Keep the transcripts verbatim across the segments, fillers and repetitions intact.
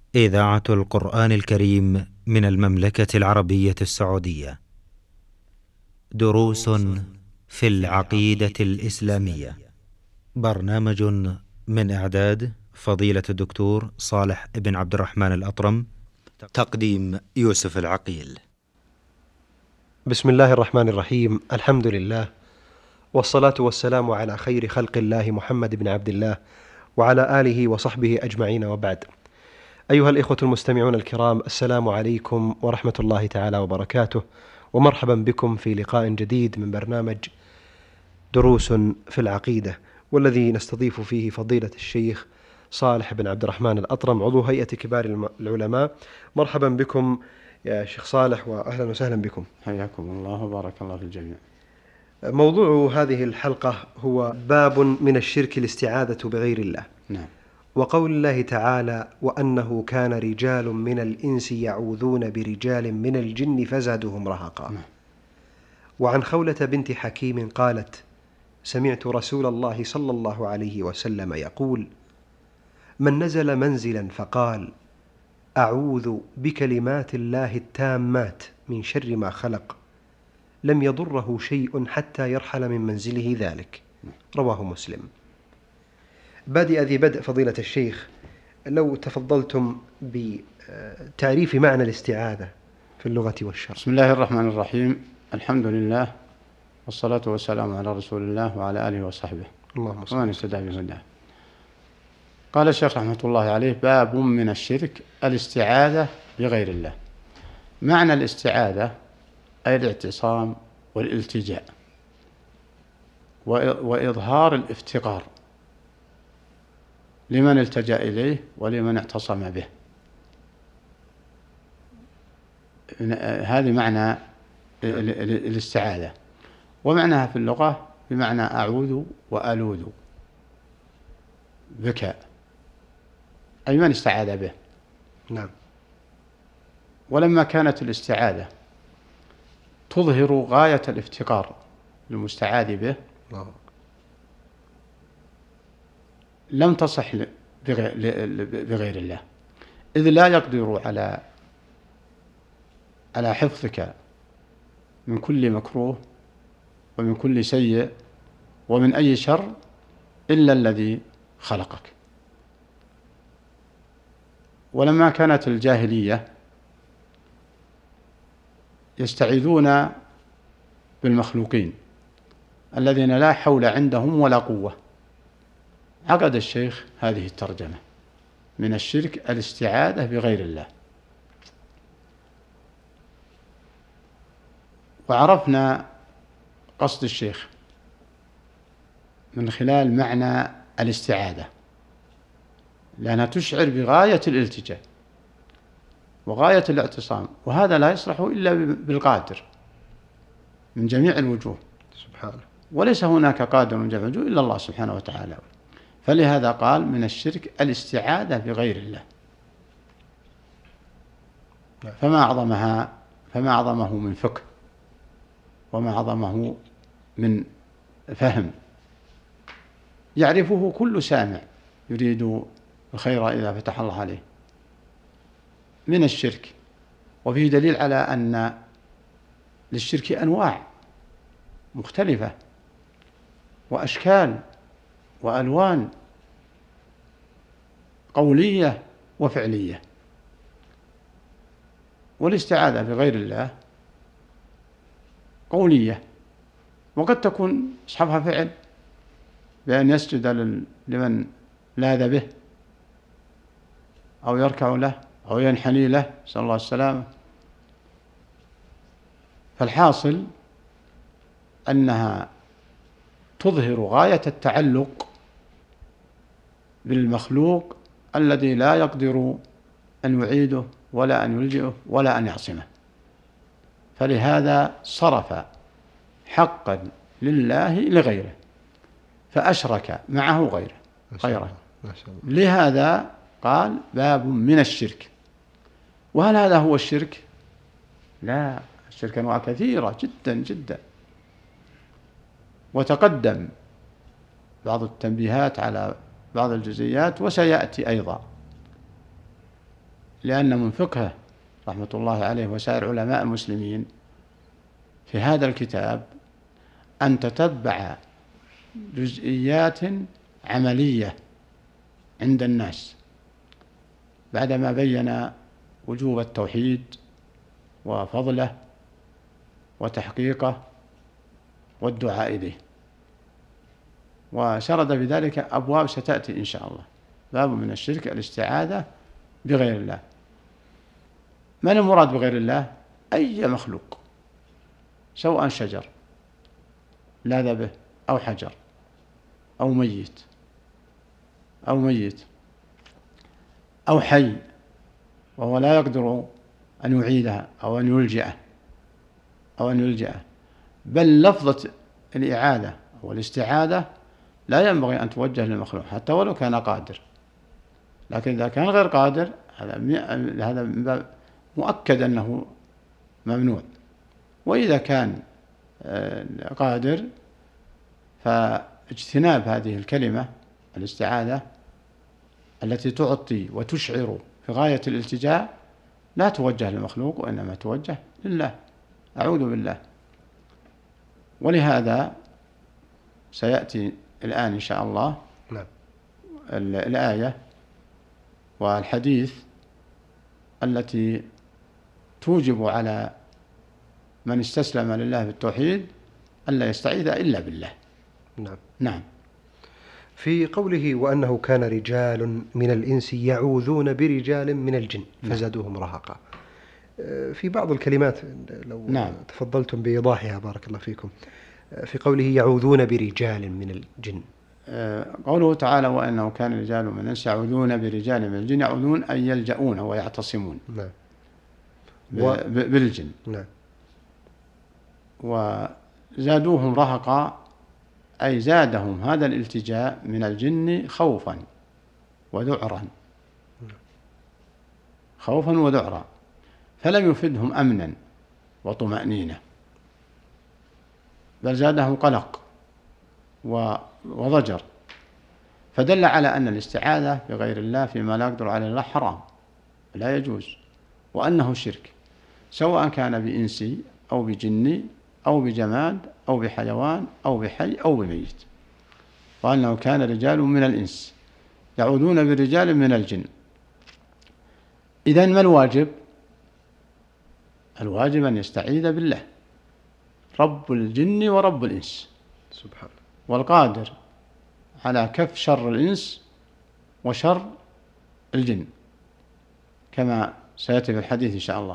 إذاعة القرآن الكريم من المملكة العربية السعودية. دروس في العقيدة الإسلامية. برنامج من إعداد فضيلة الدكتور صالح بن عبد الرحمن الأطرم. تقديم يوسف العقيل. بسم الله الرحمن الرحيم. الحمد لله، والصلاة والسلام على خير خلق الله محمد بن عبد الله وعلى آله وصحبه أجمعين، وبعد. أيها الإخوة المستمعون الكرام، السلام عليكم ورحمة الله تعالى وبركاته، ومرحبا بكم في لقاء جديد من برنامج دروس في العقيدة، والذي نستضيف فيه فضيلة الشيخ صالح بن عبد الرحمن الأطرم، عضو هيئة كبار العلماء. مرحبا بكم يا شيخ صالح، وأهلا وسهلا بكم. حياكم الله وبارك الله في الجميع. موضوع هذه الحلقة هو باب من الشرك الاستعاذة بغير الله. نعم. وقول الله تعالى: وأنه كان رجال من الإنس يعوذون برجال من الجن فزادهم رهقا. نعم. وعن خولة بنت حكيم قالت: سمعت رسول الله صلى الله عليه وسلم يقول: من نزل منزلا فقال: أعوذ بكلمات الله التامات من شر ما خلق، لم يضره شيء حتى يرحل من منزله ذلك. رواه مسلم. بادئ ذي بدء فضيلة الشيخ، لو تفضلتم بتعريف معنى الاستعاذة في اللغة والشرع. بسم الله الرحمن الرحيم. الحمد لله، والصلاة والسلام على رسول الله وعلى آله وصحبه اللهم صل ومن اهتدى بهداه. قال الشيخ رحمة الله عليه: باب من الشرك الاستعاذة بغير الله. معنى الاستعاذة أي الاعتصام والالتجاء وإظهار الافتقار لمن التجأ إليه ولمن اعتصم به. هذه معنى الاستعاذة، ومعناها في اللغة بمعنى أعوذ وألوذ بك، أي من استعاذ به. نعم. ولما كانت الاستعاذة تظهر غاية الافتقار للمستعاذ به، الله. لم تصح بغير الله، إذ لا يقدر على على حفظك من كل مكروه ومن كل سيء ومن أي شر إلا الذي خلقك. ولما كانت الجاهلية يستعيذون بالمخلوقين الذين لا حول عندهم ولا قوة، عقد الشيخ هذه الترجمة: من الشرك الاستعاذة بغير الله. وعرفنا قصد الشيخ من خلال معنى الاستعاذة، لأنها تشعر بغاية الالتجاء وغاية الاعتصام، وهذا لا يصلح إلا بالقادر من جميع الوجوه سبحانه، وليس هناك قادر من جميع الوجوه إلا الله سبحانه وتعالى. فلهذا قال: من الشرك الاستعاذة بغير الله. فما أعظمها فما أعظمه من فقه، وما أعظمه من فهم يعرفه كل سامع يريد الخير إذا فتح الله عليه. من الشرك، وفيه دليل على أن للشرك أنواع مختلفة وأشكال وألوان قولية وفعلية. والاستعاذة بغير الله قولية، وقد تكون أصحابها فعل، بأن يسجد لمن لاذ به أو يركع له أو ينحني له، نسأل الله السلامة. فالحاصل أنها تظهر غاية التعلق بالمخلوق الذي لا يقدر أن يعيده ولا أن يلجئه ولا أن يعصمه. فلهذا صرف حقا لله لغيره، فأشرك معه غيره غيره لهذا قال: باب من الشرك. وهل هذا هو الشرك؟ لا، الشرك أنواع كثيرة جدا جدا، وتقدم بعض التنبيهات على بعض الجزئيات وسيأتي أيضا. لأن من فقهه رحمة الله عليه وسائر علماء المسلمين في هذا الكتاب أن تتبع جزئيات عملية عند الناس بعدما بين وجوب التوحيد وفضله وتحقيقه والدعاء إليه، وسرد بذلك أبواب ستأتي إن شاء الله. باب من الشرك الاستعاذة بغير الله. من المراد بغير الله؟ أي مخلوق، سواء شجر لاذ به أو حجر أو ميت أو ميت أو حي وهو لا يقدر أن يعيدها أو أن يلجأه أو أن يلجأه. بل لفظة الإعادة والاستعادة لا ينبغي أن توجه للمخلوق حتى ولو كان قادر، لكن إذا كان غير قادر هذا مؤكد أنه ممنوع. وإذا كان قادر فاجتناب هذه الكلمة الاستعاذة التي تعطي وتشعر في غاية الالتجاء لا توجه للمخلوق وإنما توجه لله، أعوذ بالله. ولهذا سيأتي الآن إن شاء الله نعم. الآية والحديث التي توجب على من استسلم لله بالتوحيد ألا يستعيذ إلا بالله. نعم. نعم. في قوله وأنه كان رجال من الإنس يعوذون برجال من الجن فزادوهم رهقا، في بعض الكلمات لو نعم. تفضلتم بإيضاحها بارك الله فيكم. في قوله يعوذون برجال من الجن، قوله تعالى وأنه كان رجال من الإنس يعوذون برجال من الجن، يعوذون أي يلجؤون ويعتصمون نعم. و... بالجن. نعم. وزادوهم رهقا أي زادهم هذا الالتجاء من الجن خوفا وذعرا، خوفا وذعرا، فلم يفدهم أمنا وطمأنينة، بل زادهم قلق وضجر، فدل على أن الاستعاذة بغير الله فيما لا يقدر عليه الله حرام لا يجوز، وأنه شرك، سواء كان بإنسي أو بجني أو بجماد أو بحيوان أو بحي أو بميت. وأنه كان رجال من الإنس يعوذون برجال من الجن. إذن ما الواجب؟ الواجب أن يستعيذ بالله رب الجن ورب الإنس سبحانه، والقادر على كف شر الإنس وشر الجن كما سيأتي في الحديث إن شاء الله.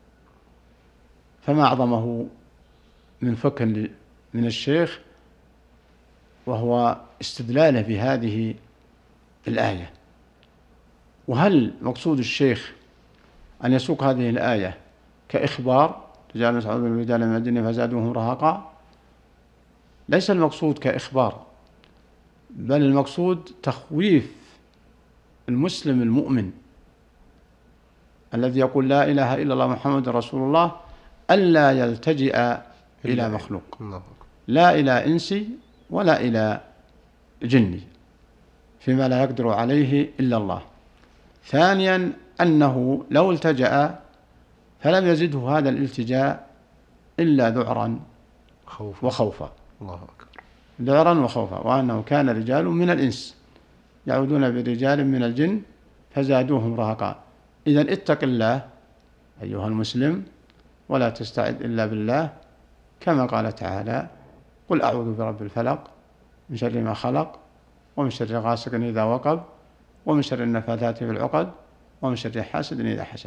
فما أعظمه من فقه من الشيخ وهو استدلاله بهذه الآية. وهل مقصود الشيخ أن يسوق هذه الآية كإخبار رجال يسعون بالرجال من الجن فزادوهم رهقا؟ ليس المقصود كإخبار، بل المقصود تخويف المسلم المؤمن الذي يقول لا إله إلا الله محمد رسول الله ألا يلتجئ إلى مخلوق، لا إلى إنسي ولا إلى جني فيما لا يقدر عليه إلا الله. ثانيا أنه لو التجأ فلم يزده هذا الالتجاء إلا ذعرا وخوفا، الله أكبر، ذعرا وخوفا. وأنه كان رجال من الإنس يعوذون برجال من الجن فزادوهم رهقا. إذن اتق الله أيها المسلم ولا تستعذ إلا بالله، كما قال تعالى قل أعوذ برب الفلق من شر ما خلق ومن شر غاسق إذا وقب ومن شر النفاثات في العقد ومن شر حاسد إذا حسد.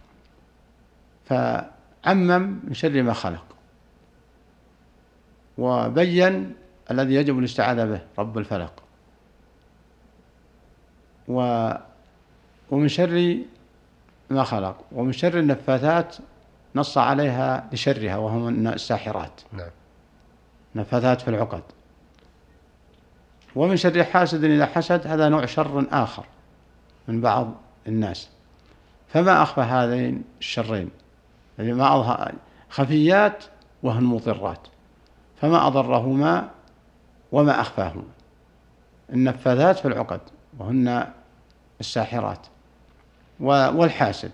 فعمم من شر ما خلق وبين الذي يجب الاستعاذة به رب الفلق، و ومن شر ما خلق ومن شر النفاثات نص عليها لشرها وهم الساحرات، نعم، نفاثات في العقد. ومن شر حاسد إذا حسد، هذا نوع شر آخر من بعض الناس. فما أخفى هذين الشرين، يعني ما أظهر خفيات وهن مضرات، فما أضرهما وما أخفاهما النفاثات في العقد وهن الساحرات. والحاسد.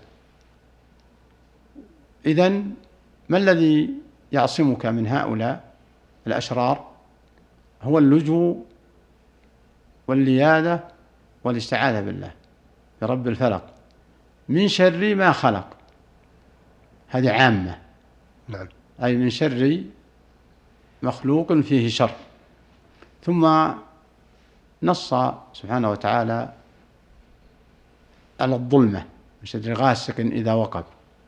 إذن ما الذي يعصمك من هؤلاء الأشرار؟ هو اللجوء واللياذة والاستعاذة بالله برب الفلق من شر ما خلق. هذه عامة. نعم. أي من شر مخلوق فيه شر. ثم نص سبحانه وتعالى على الظلمة من شر غاسق إذا وقب.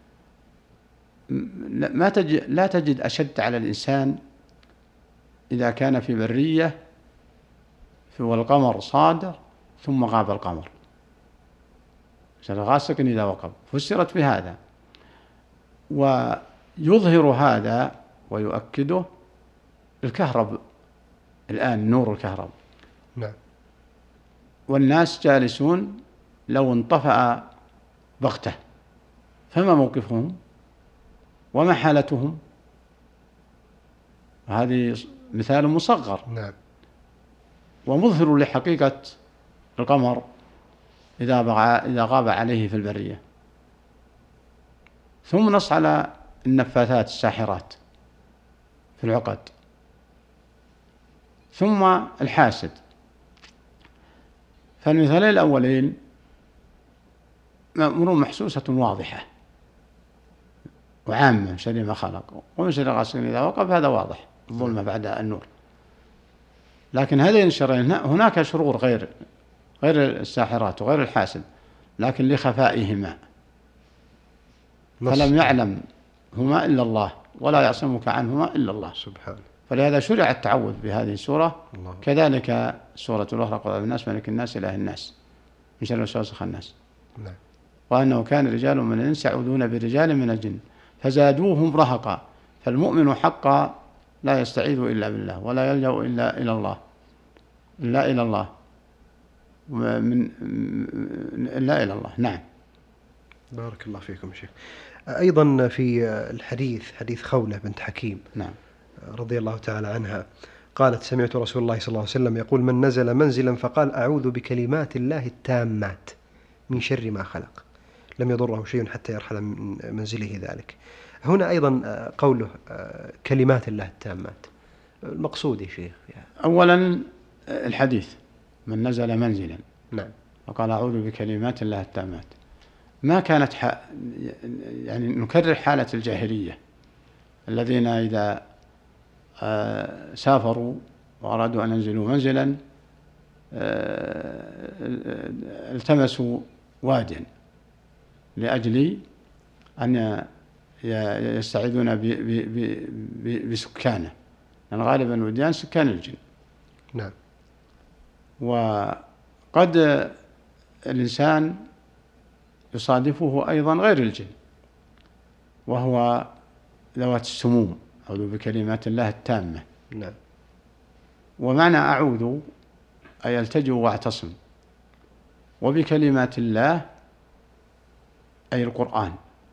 ما تجد لا تجد أشد على الإنسان إذا كان في برية والقمر صادر ثم غاب القمر، شر غاسق إذا وقب، فسرت بهذا. ويظهر هذا ويؤكده الكهرب الآن، نور الكهرب. نعم. والناس جالسون لو انطفأ بغته فما موقفهم وما حالتهم؟ هذه مثال مصغر. نعم. ومظهر لحقيقة القمر إذا إذا غاب عليه في البرية. ثم نص على النفاثات الساحرات في العقد. ثم الحاسد. فالمثالين الأولين أمور محسوسة واضحة وعامة من شر ما خلق ومن شر غاسق إذا وقب، هذا واضح، الظلمة بعد النور. لكن هذين الشرين هناك شرور غير غير الساحرات وغير الحاسد لكن لخفائهما، فلم يعلم هما إلا الله ولا يعصمك عنهما إلا الله سبحانه. فلهذا شرع التعوذ بهذه السورة. كذلك سورة الأخرى قل أعوذ الناس ملك الناس إله الناس من شر الوسواس الخناس. نعم. وأنه كان رجال من الإنس يعوذون برجال من الجن فزادوهم رهقا. فالمؤمن حقا لا يستعيذ إلا بالله ولا يلجأ إلا إلى الله إلا إلى الله من إلا إلى الله. نعم. بارك الله فيكم شيخ. أيضا في الحديث حديث خولة بنت حكيم نعم رضي الله تعالى عنها قالت سمعت رسول الله صلى الله عليه وسلم يقول من نزل منزلا فقال أعوذ بكلمات الله التامات من شر ما خلق لم يضره شيء حتى يرحل من منزله ذلك. هنا أيضا قوله كلمات الله التامات المقصود يا شيخ يعني. أولا الحديث من نزل منزلا نعم وقال أعوذ بكلمات الله التامات، ما كانت ح... يعني نكرر حالة الجاهلية الذين إذا آه سافروا وأرادوا أن ينزلوا منزلا آه التمسوا واديا لأجل أن يستعيذون بسكانه، لأن يعني غالبا الوديان سكان الجن. نعم. وقد الإنسان يصادفه أيضا غير الجن وهو ذوات السموم. أعوذ بكلمات الله التامة. نعم. ومعنى أعوذ أي التجئ واعتصم، وبكلمات الله أي القرآن.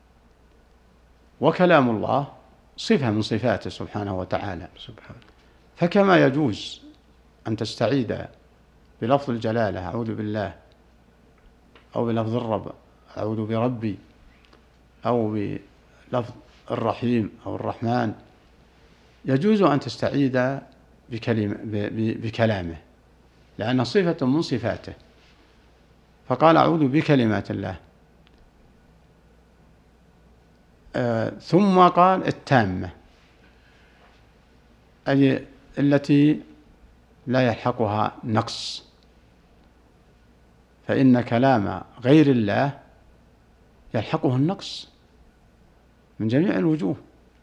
وكلام الله صفة من صفاته سبحانه وتعالى. سبحانه. فكما يجوز أن تستعيذ بلفظ الجلالة أعوذ بالله، أو بلفظ الرب أعوذ بربي، أو بلفظ الرحيم أو الرحمن، يجوز أن تستعيذ بكلمة بكلامه لأنه صفة من صفاته. فقال أعوذ بكلمات الله آه ثم قال التامة أي التي لا يلحقها نقص، فإن كلام غير الله يلحقه النقص من جميع الوجوه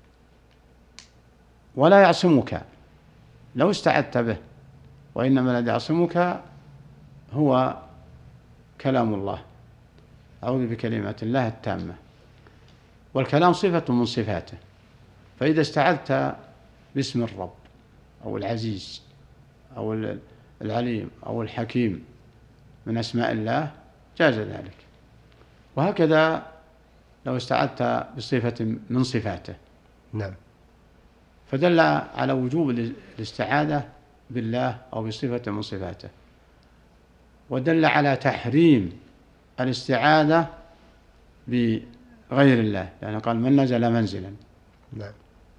ولا يعصمك لو استعذت به، وإنما الذي يعصمك هو كلام الله. أعوذ بكلمات الله التامة. والكلام صفة من صفاته، فإذا استعذت باسم الرب أو العزيز أو العليم أو الحكيم من أسماء الله جاز ذلك. وهكذا لو استعذت بصفة من صفاته. نعم. فدل على وجوب الاستعاذة بالله أو بصفة من صفاته، ودل على تحريم الاستعاذة بغير الله، يعني قال من نزل منزلا. نعم.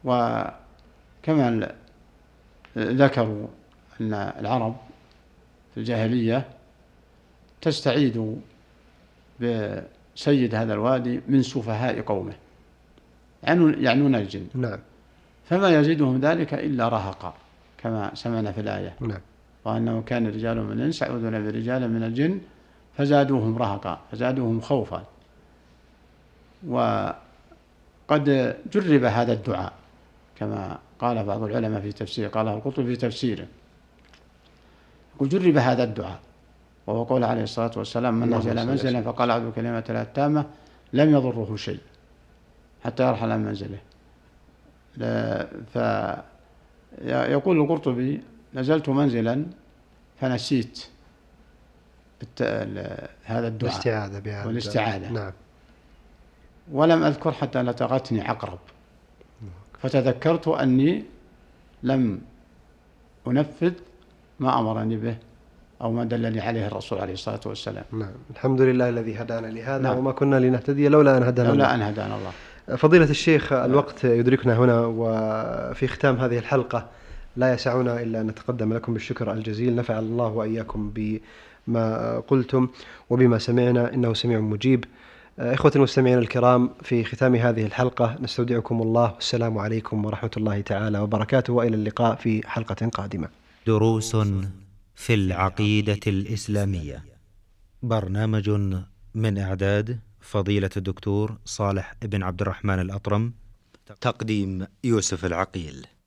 وكما ذكروا أن العرب في الجاهلية تستعيد بسيد هذا الوادي من سفهاء قومه، يعنون الجن. نعم. فما يزيدهم ذلك إلا رهقا كما سمعنا في الآية. نعم. وأنه كان رجال من الإنس يعوذون برجال من الجن فزادوهم رهقا، فزادوهم خوفا. وقد جرب هذا الدعاء كما قال بعض العلماء في تفسير، قاله القرطبي في تفسيره، يقول جرب هذا الدعاء، وهو قول عليه الصلاة والسلام من نزل منزلا فقال أعوذ بكلمات الله التامة لم يضره شيء حتى يرحل عن منزله. فيقول القرطبي نزلت منزلا فنسيت هذا الدعاء الاستعاذة والاستعاذة. نعم. ولم أذكر حتى لتغتني عقرب، فتذكرت أني لم أنفذ ما أمرني به أو ما دلني عليه الرسول عليه الصلاة والسلام. نعم. الحمد لله الذي هدانا لهذا. نعم. وما كنا لنهتدي لولا أن هدانا لولا أن هدانا الله. فضيلة الشيخ، الوقت يدركنا هنا، وفي ختام هذه الحلقة لا يسعنا إلا أن نتقدم لكم بالشكر الجزيل. نفع الله وإياكم بما قلتم وبما سمعنا، إنه سميع مجيب. إخوة المستمعين الكرام، في ختام هذه الحلقة نستودعكم الله، والسلام عليكم ورحمة الله تعالى وبركاته، وإلى اللقاء في حلقة قادمة. دروس في العقيدة الإسلامية، برنامج من إعداد فضيلة الدكتور صالح بن عبد الرحمن الأطرم، تقديم يوسف العقيل.